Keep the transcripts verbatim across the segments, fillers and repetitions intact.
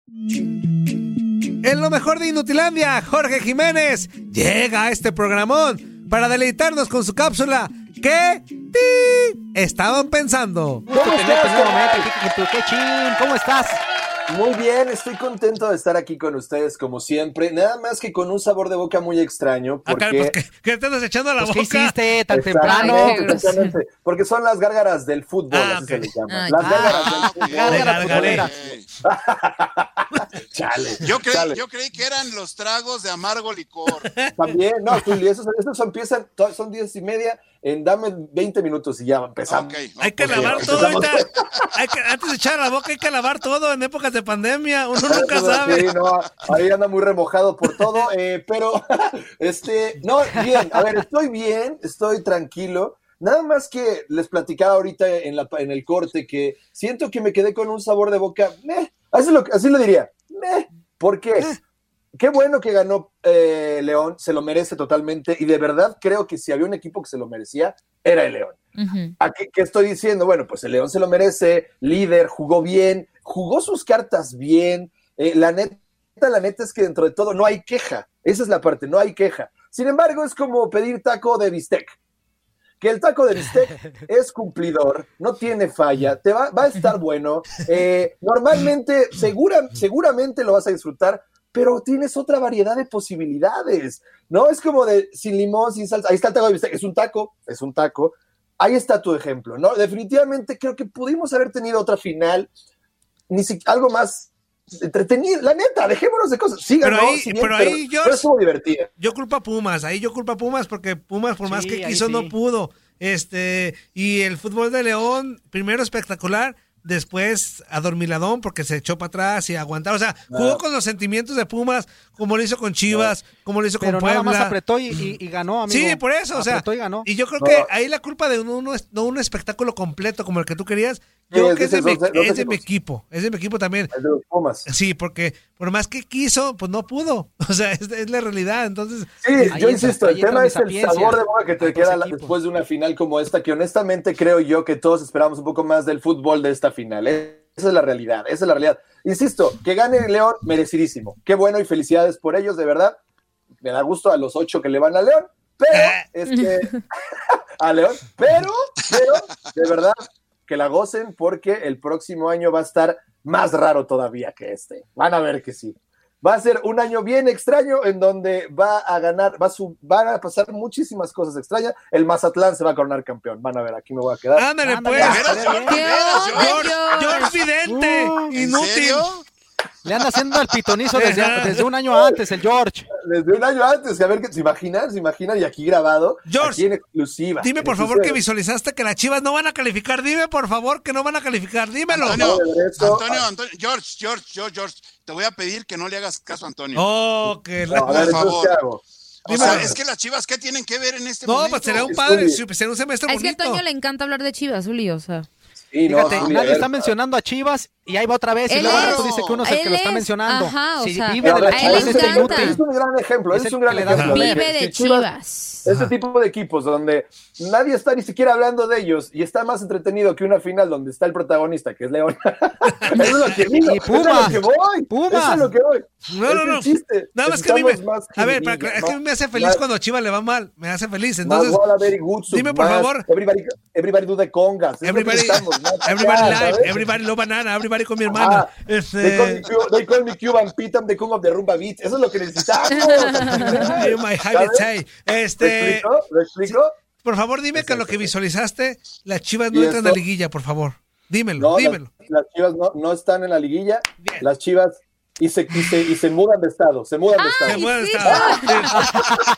En lo mejor de Inutilandia, Jorge Jiménez llega a este programón para deleitarnos con su cápsula. ¿Qué ti estaban pensando? ¿Cómo estás? ¿Qué chin? ¿Cómo estás? Muy bien, estoy contento de estar aquí con ustedes como siempre, nada más que con un sabor de boca muy extraño. Porque... Ah, pues, ¿qué, ¿Qué te andas echando a la pues, boca? ¿Qué hiciste tan temprano? Exactamente, porque son las gárgaras del fútbol, ah, así okay. se les llama. Ay, las ah, gárgaras del fútbol. Gárgaras Gárgaras. Chale. Yo creí, chale. yo creí que eran los tragos de amargo licor. También, no, Juli, esos, esos empiezan, son diez y media, en dame veinte minutos y ya empezamos. Okay, Hay que Ok, lavar ok, todo empezamos. ahorita. Hay que, antes de echar a la boca hay que lavar todo en épocas de pandemia. Uno nunca Sí, sabe. no, ahí anda muy remojado por todo, eh, pero, este, no, bien, a ver, estoy bien, estoy tranquilo, nada más que les platicaba ahorita en, la, en el corte que siento que me quedé con un sabor de boca, meh, así lo, así lo diría, meh, ¿por qué? Qué bueno que ganó eh, León, se lo merece totalmente, y de verdad creo que si había un equipo que se lo merecía, era el León. Uh-huh. Aquí, ¿qué estoy diciendo? Bueno, pues el León se lo merece, líder, jugó bien, jugó sus cartas bien, eh, la neta, la neta es que dentro de todo no hay queja, esa es la parte, no hay queja. Sin embargo, es como pedir taco de bistec, que el taco de bistec es cumplidor, no tiene falla, te va, va a estar bueno, eh, normalmente, segura, seguramente lo vas a disfrutar, pero tienes otra variedad de posibilidades, ¿no? Es como de sin limón, sin salsa, ahí está el taco de bistec, es un taco, es un taco, ahí está tu ejemplo, ¿no? Definitivamente creo que pudimos haber tenido otra final, ni si, algo más entretenido, la neta, dejémonos de cosas, sí ganó, Pero ahí, sí bien, pero pero, ahí, pero George, estuvo divertida. yo culpo a Pumas, ahí yo culpo a Pumas porque Pumas por más Sí, que ahí quiso sí. no pudo. Este, y el fútbol de León, primero espectacular, después adormiladón porque se echó para atrás y aguantar, o sea, jugó No. con los sentimientos de Pumas, como lo hizo con Chivas, como lo hizo Pero con nada Puebla. más apretó y, y, y ganó, amigo. Sí, por eso, o sea, Apretó y ganó. y yo creo No. que ahí la culpa de uno, uno es no un espectáculo completo como el que tú querías, Sí, yo creo es que es de de, mi, esos dos- dos es de mi equipos. equipo, es de mi equipo también. El de los Pumas. Sí, porque por más que quiso, pues no pudo. O sea, es, es la realidad. Entonces, Sí, Ahí yo entra- insisto, ahí el entra tema mi es el sapiencia. sabor de boca que te Hay dos queda la- equipos. después de una final como esta, que honestamente creo yo que todos esperamos un poco más del fútbol de esta final. ¿eh? Esa es la realidad, esa es la realidad. Insisto, que gane el León, merecidísimo. Qué bueno y felicidades por ellos, de verdad. Me da gusto a los ocho que le van a León, pero, este, a León, pero, pero, de verdad, que la gocen porque el próximo año va a estar más raro todavía que este. Van a ver que sí. Va a ser un año bien extraño en donde va a ganar, va a sub, van a pasar muchísimas cosas extrañas. El Mazatlán se va a coronar campeón. Van a ver, aquí me voy a quedar. ándale, Ándale, pues. ¿De veras, George? ¿De ¿Qué veras, onda, George? George, George Vidente, Uh, ¿En inútil. serio? Le anda haciendo el pitonizo desde, Ajá. desde un año antes, el George. Desde un año antes, a ver, ¿se imaginan? ¿Se imaginan? Y aquí grabado, George, aquí en exclusiva. Dime en por favor que exclusiva. visualizaste que las Chivas no van a calificar. Dime por favor que no van a calificar. Dímelo. Antonio, Acabo de ver esto. Antonio, Antonio, George, George, George, George, te voy a pedir que no le hagas caso a Antonio. Oh, que No, la... a ver, por entonces, favor. ¿qué hago? O Dímelo. sea, es que las Chivas, ¿qué tienen que ver en este No, momento? pues sería un Es padre, Zuli. sí, sería un semestre Es que a bonito. Toño le encanta hablar de Chivas, Uli, o sea. Sí, no, Fíjate, Zuli, a nadie ver. está mencionando a Chivas y ahí va otra vez. Y Él luego es- tú dices que uno es el que él lo está es- mencionando. ajá, o Si sea, vive de Pero, las a ver, a él Chivas le este encanta. inútil. Es un gran ejemplo, Es ese es el un gran que le da ejemplo. la de Vive que de si Chivas. Este tipo de equipos donde nadie está ni siquiera hablando de ellos y está más entretenido que una final donde está el protagonista, que es León. Eso es lo que digo. Y Eso es Pumas. lo que voy. Pumas. Eso es lo que voy. No, no, Es no. el chiste. Nada más que a mí me... Necesitamos más A ver, para- jiribilla, es que a mí me hace feliz más- cuando a Chivas le va mal. Me hace feliz. más Entonces, bola, very good, dime por más favor. Everybody, everybody do the congas. Es lo que Everybody, necesitamos, más acá, everybody live, ¿sabes? everybody lo banana, everybody con mi hermana. Ah, They call, me, Este, Cu- they call me Cuban Pete, I'm the king of the rumba beat. Eso es lo que necesitamos. you my ¿Sabes? say. ¿Lo Este, explico? ¿Lo explico? por favor, dime que lo que visualizaste, las Chivas no Y entran a esto- liguilla, por favor. Dímelo, No, dímelo. Las, las Chivas no, no están en la liguilla. Bien. Las Chivas y se, y, se, y se mudan de estado. Se mudan de Se estado. mueve sí. esta-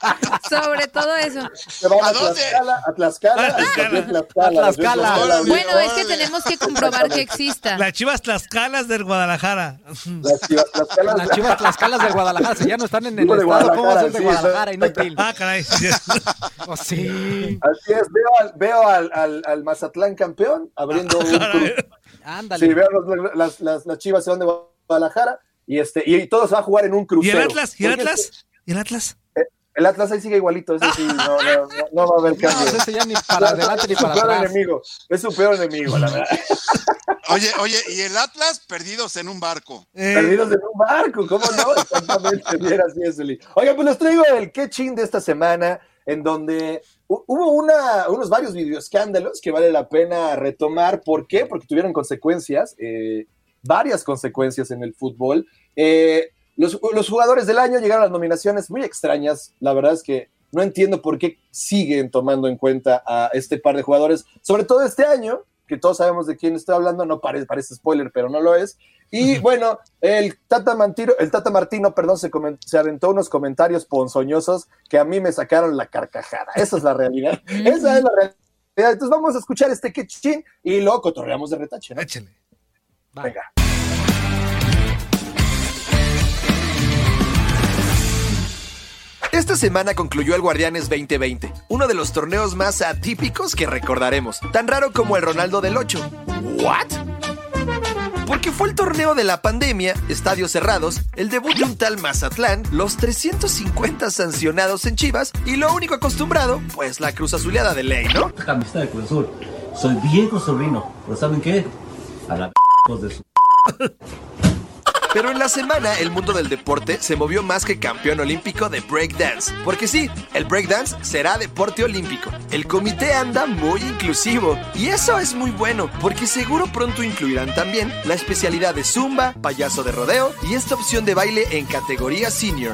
Sobre todo eso. Se van ¿A a dónde? Tlaxcala, a Tlaxcala, A a Tlaxcala. Tlaxcala, A Tlaxcala. Órale. Bueno, es que órale. tenemos que comprobar que exista. Las Chivas Tlaxcalas del Guadalajara. Las Chivas Tlaxcala. Las Chivas Tlaxcalas del Guadalajara, si ya no están en el Digo de estado, ¿cómo va a ser de Guadalajara? Sí, Guadalajara? Inútil. Ah, caray. Pues sí. Así es, veo al, veo al, al, al Mazatlán campeón abriendo un Caray. club. Ándale. Sí, veo los- las, las, las Chivas se van de Guadalajara y este y todos van a jugar en un ¿Y crucero. el Atlas? ¿Y el Porque Atlas? ¿Y el Atlas? El El Atlas ahí sigue igualito, ese sí, no, no, no, no va a haber No, cambio. ese ya ni para adelante ni Es su para peor atrás. enemigo, es su peor enemigo, la verdad. Oye, oye, y el Atlas perdidos en un barco. Eh, Perdidos en un barco, ¿cómo no? Exactamente, bien así es, Uli. Oigan, pues les traigo el qué chin de esta semana, en donde hu- hubo una, unos varios videoescándalos que vale la pena retomar. ¿Por qué? Porque tuvieron consecuencias, eh, varias consecuencias en el fútbol. Eh, los, los jugadores del año llegaron a las nominaciones muy extrañas. La verdad es que no entiendo por qué siguen tomando en cuenta a este par de jugadores, sobre todo este año, que todos sabemos de quién estoy hablando, no parece, parece spoiler, pero no lo es. Y bueno, el Tata, Mantiro, el Tata Martino, perdón, se, coment- se aventó unos comentarios ponzoñosos que a mí me sacaron la carcajada. Esa es la realidad. Esa es la realidad. Entonces vamos a escuchar este quechín y luego cotorreamos de retache, ¿no? échale. Venga. Esta semana concluyó el Guardianes veinte veinte, uno de los torneos más atípicos que recordaremos, tan raro como el Ronaldo del ocho. ¿What? Porque fue el torneo de la pandemia, estadios cerrados, el debut de un tal Mazatlán, los trescientos cincuenta sancionados en Chivas y lo único acostumbrado, pues la cruz azuleada de ley, ¿no? Amistad de Cruz Azul. Soy viejo sobrino, pero ¿saben qué? A la p*** de su... Pero en la semana el mundo del deporte se movió más que campeón olímpico de breakdance. Porque sí, el breakdance será deporte olímpico. El comité anda muy inclusivo. Y eso es muy bueno, porque seguro pronto incluirán también la especialidad de zumba, payaso de rodeo y esta opción de baile en categoría senior.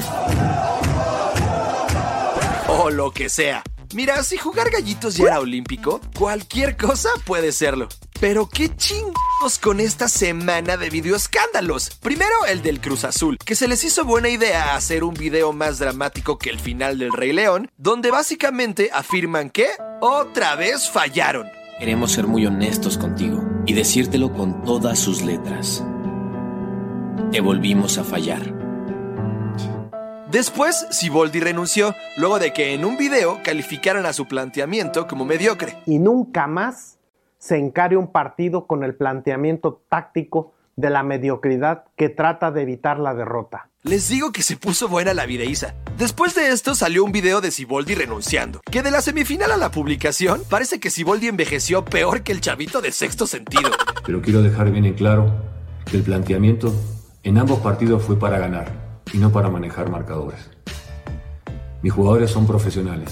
O lo que sea. Mira, si jugar gallitos ya era olímpico, cualquier cosa puede serlo. Pero qué chingos con esta semana de videoescándalos. Primero el del Cruz Azul, que se les hizo buena idea hacer un video más dramático que el final del Rey León, donde básicamente afirman que otra vez fallaron. Queremos ser muy honestos contigo y decírtelo con todas sus letras. Te volvimos a fallar. Después, Siboldi renunció, luego de que en un video calificaran a su planteamiento como mediocre. Y nunca más se encare un partido con el planteamiento táctico de la mediocridad que trata de evitar la derrota. Les digo que se puso buena la videiza. Después de esto salió un video de Siboldi renunciando, que de la semifinal a la publicación parece que Siboldi envejeció peor que el chavito de Sexto Sentido. Pero quiero dejar bien en claro que el planteamiento en ambos partidos fue para ganar y no para manejar marcadores. Mis jugadores son profesionales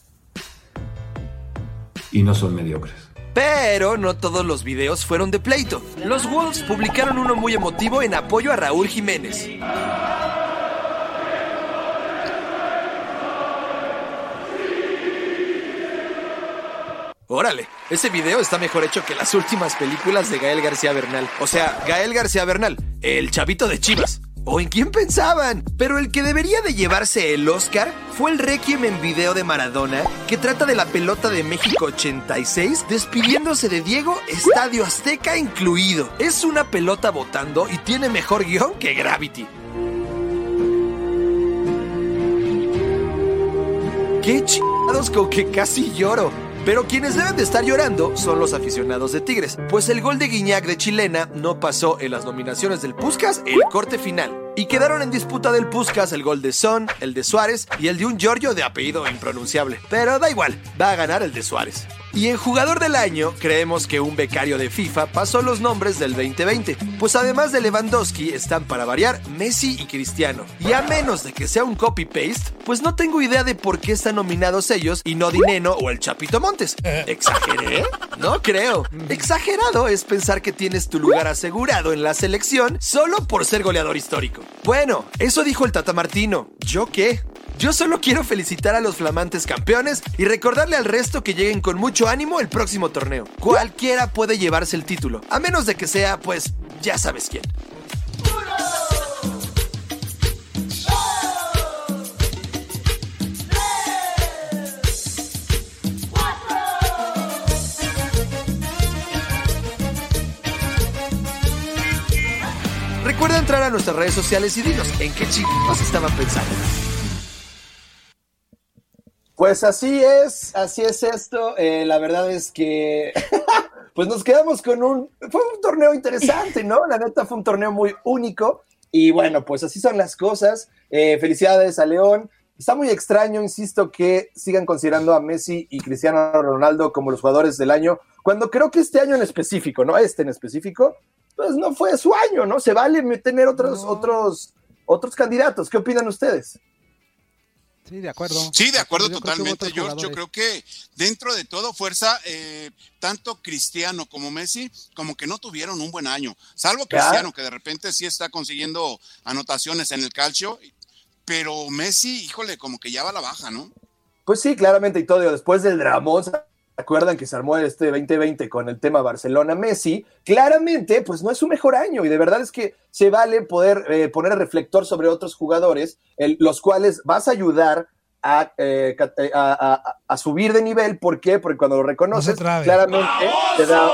y no son mediocres. Pero no todos los videos fueron de pleito. Los Wolves publicaron uno muy emotivo en apoyo a Raúl Jiménez. Órale, ese video está mejor hecho que las últimas películas de Gael García Bernal. O sea, Gael García Bernal, el chavito de Chivas. ¿O en quién pensaban? Pero el que debería de llevarse el Oscar fue el Requiem en video de Maradona, que trata de la pelota de México ochenta y seis despidiéndose de Diego, Estadio Azteca incluido. Es una pelota botando y tiene mejor guión que Gravity. ¡Qué chingados con que casi lloro! Pero quienes deben de estar llorando son los aficionados de Tigres, pues el gol de Guiñac de Chilena no pasó en las nominaciones del Puskás el corte final. Y quedaron en disputa del Puskás el gol de Son, el de Suárez y el de un Giorgio de apellido impronunciable. Pero da igual, va a ganar el de Suárez. Y en Jugador del Año, creemos que un becario de FIFA pasó los nombres del veinte veinte, pues además de Lewandowski están para variar Messi y Cristiano. Y a menos de que sea un copy-paste, pues no tengo idea de por qué están nominados ellos y no Dineno o el Chapito Montes. ¿Exageré? No creo. Exagerado es pensar que tienes tu lugar asegurado en la selección solo por ser goleador histórico. Bueno, eso dijo el Tata Martino. ¿Yo qué? Yo solo quiero felicitar a los flamantes campeones y recordarle al resto que lleguen con mucho ánimo el próximo torneo. Cualquiera puede llevarse el título, a menos de que sea, pues, ya sabes quién. Recuerda entrar a nuestras redes sociales y dinos en qué chicos estaban pensando. Pues así es, así es esto. Eh, la verdad es que pues nos quedamos con un... Fue un torneo interesante, ¿no? La neta fue un torneo muy único. Y bueno, pues así son las cosas. Eh, felicidades a León. está muy extraño, insisto, que sigan considerando a Messi y Cristiano Ronaldo como los jugadores del año, cuando creo que este año en específico, no este en específico, pues no fue su año, ¿no? Se vale tener otros, no. otros, otros candidatos. ¿Qué opinan ustedes? Sí, de acuerdo. Sí, de acuerdo yo totalmente, creo George. Yo creo que dentro de todo, fuerza, eh, tanto Cristiano como Messi, como que no tuvieron un buen año. Salvo Cristiano, que de repente sí está consiguiendo anotaciones en el calcio, pero Messi, híjole, como que ya va a la baja, ¿no? Pues sí, claramente, y todo. Después del dramón, ¿se acuerdan que se armó este veinte veinte con el tema Barcelona-Messi? Claramente, pues no es su mejor año, y de verdad es que se vale poder eh, poner el reflector sobre otros jugadores, el, los cuales vas a ayudar a, eh, a, a, a subir de nivel. ¿Por qué? Porque cuando lo reconoces, no claramente te da,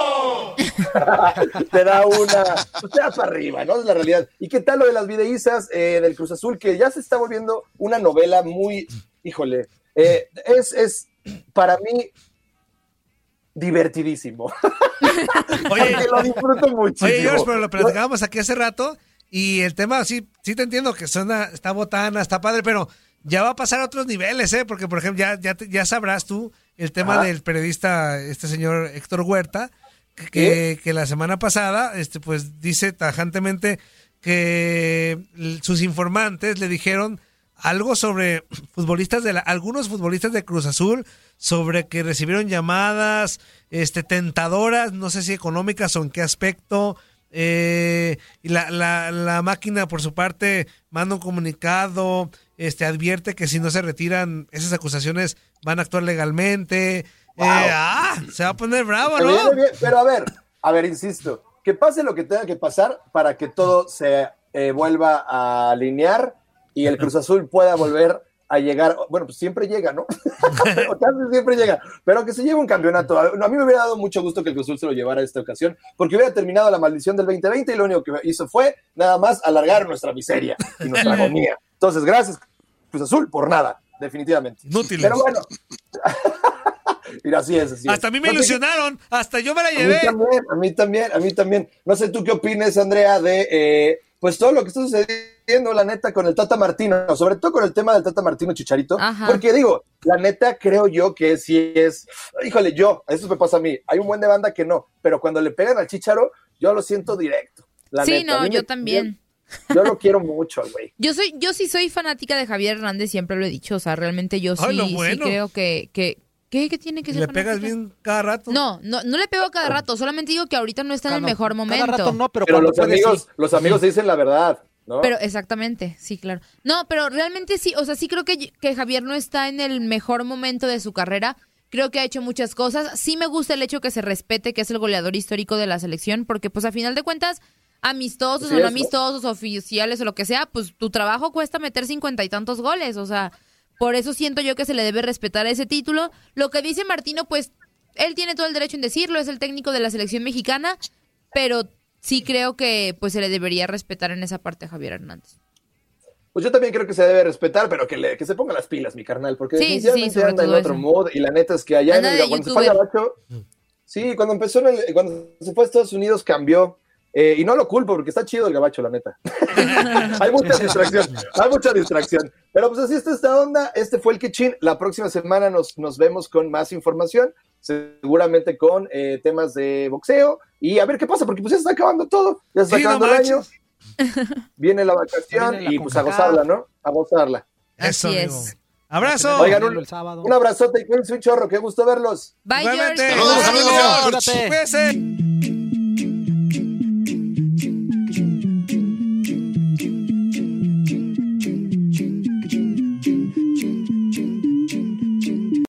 te da una, pues te da para arriba, ¿no? Es la realidad. ¿Y qué tal lo de las videízas eh, del Cruz Azul? Que ya se está volviendo una novela muy, híjole, eh, es, es para mí divertidísimo. Oye, lo disfruto muchísimo. Oye, George, pero lo platicábamos aquí hace rato y el tema, sí, sí te entiendo que suena, está botana, está padre, pero ya va a pasar a otros niveles, ¿eh? Porque, por ejemplo, ya, ya, ya sabrás tú el tema Ajá. del periodista, este señor Héctor Huerta, que, que la semana pasada, este, pues, dice tajantemente que sus informantes le dijeron algo sobre futbolistas de la, algunos futbolistas de Cruz Azul, sobre que recibieron llamadas este, tentadoras, no sé si económicas o en qué aspecto, eh, y la, la, la máquina por su parte manda un comunicado, este, advierte que si no se retiran esas acusaciones van a actuar legalmente. Wow. Eh, ah, se va a poner bravo, pero ¿no? Bien, bien, pero a ver, a ver, insisto, que pase lo que tenga que pasar para que todo se eh, vuelva a alinear y el Cruz Azul pueda volver a llegar, bueno, pues siempre llega, ¿no? Casi siempre llega, pero que se lleve un campeonato. A mí me hubiera dado mucho gusto que el Cruz Azul se lo llevara a esta ocasión, porque hubiera terminado la maldición del veinte veinte y lo único que hizo fue nada más alargar nuestra miseria y nuestra agonía. Entonces, gracias, Cruz Azul, por nada, definitivamente. Inútiles. Pero bueno, mira, así es, así es. Hasta a mí me no ilusionaron, sé, hasta yo me la llevé. A mí también, a mí también, a mí también. No sé tú qué opines, Andrea, de eh, pues todo lo que está sucediendo, la neta, con el Tata Martino, sobre todo con el tema del Tata Martino Chicharito, Ajá. porque digo, la neta creo yo que sí es, híjole, yo, eso me pasa a mí, hay un buen de banda que no, pero cuando le pegan al Chicharo, yo lo siento directo. La sí, neta. no, yo me, también. Yo, yo lo quiero mucho, güey. Yo soy, yo sí soy fanática de Javier Hernández, siempre lo he dicho, o sea, realmente yo sí, Ay, bueno. sí creo que, que ¿Qué, ¿Qué tiene que ser? ¿Le fanática? ¿Pegas bien cada rato? No, no, no le pego cada rato, solamente digo que ahorita no está cada, en el mejor momento. Cada rato no, pero, pero cuando los amigos, sí. los amigos dicen la verdad, ¿no? Pero exactamente, sí, claro. No, pero realmente sí, o sea, sí creo que, que Javier no está en el mejor momento de su carrera. Creo que ha hecho muchas cosas. Sí me gusta el hecho que se respete que es el goleador histórico de la selección, porque pues a final de cuentas, amistosos sí, o no amistosos, oficiales o lo que sea, pues tu trabajo cuesta meter cincuenta y tantos goles, o sea... Por eso siento yo que se le debe respetar ese título. Lo que dice Martino, pues, él tiene todo el derecho en decirlo, es el técnico de la selección mexicana, pero sí creo que pues se le debería respetar en esa parte a Javier Hernández. Pues yo también creo que se debe respetar, pero que, le, que se ponga las pilas, mi carnal, porque sí, definitivamente sí, anda en otro eso. mood, y la neta es que allá anda en el, cuando se fue a Gabacho, sí, cuando empezó en el, cuando se fue a Estados Unidos cambió. Eh, y no lo culpo porque está chido el gabacho, la neta. Hay mucha distracción, hay mucha distracción. Pero pues así está esta onda. Este fue el Kitchen. La próxima semana nos, nos vemos con más información, seguramente con eh, temas de boxeo. Y a ver qué pasa, porque pues ya se está acabando todo. Ya se está sí, acabando no el año. Viene la vacación viene la y pues a gozarla, ¿no? A gozarla. Eso es. Abrazo. Oigan, un, un abrazote y cuídense un chorro. Qué gusto verlos. Bye, George. Saludos, saludos. Cuídense.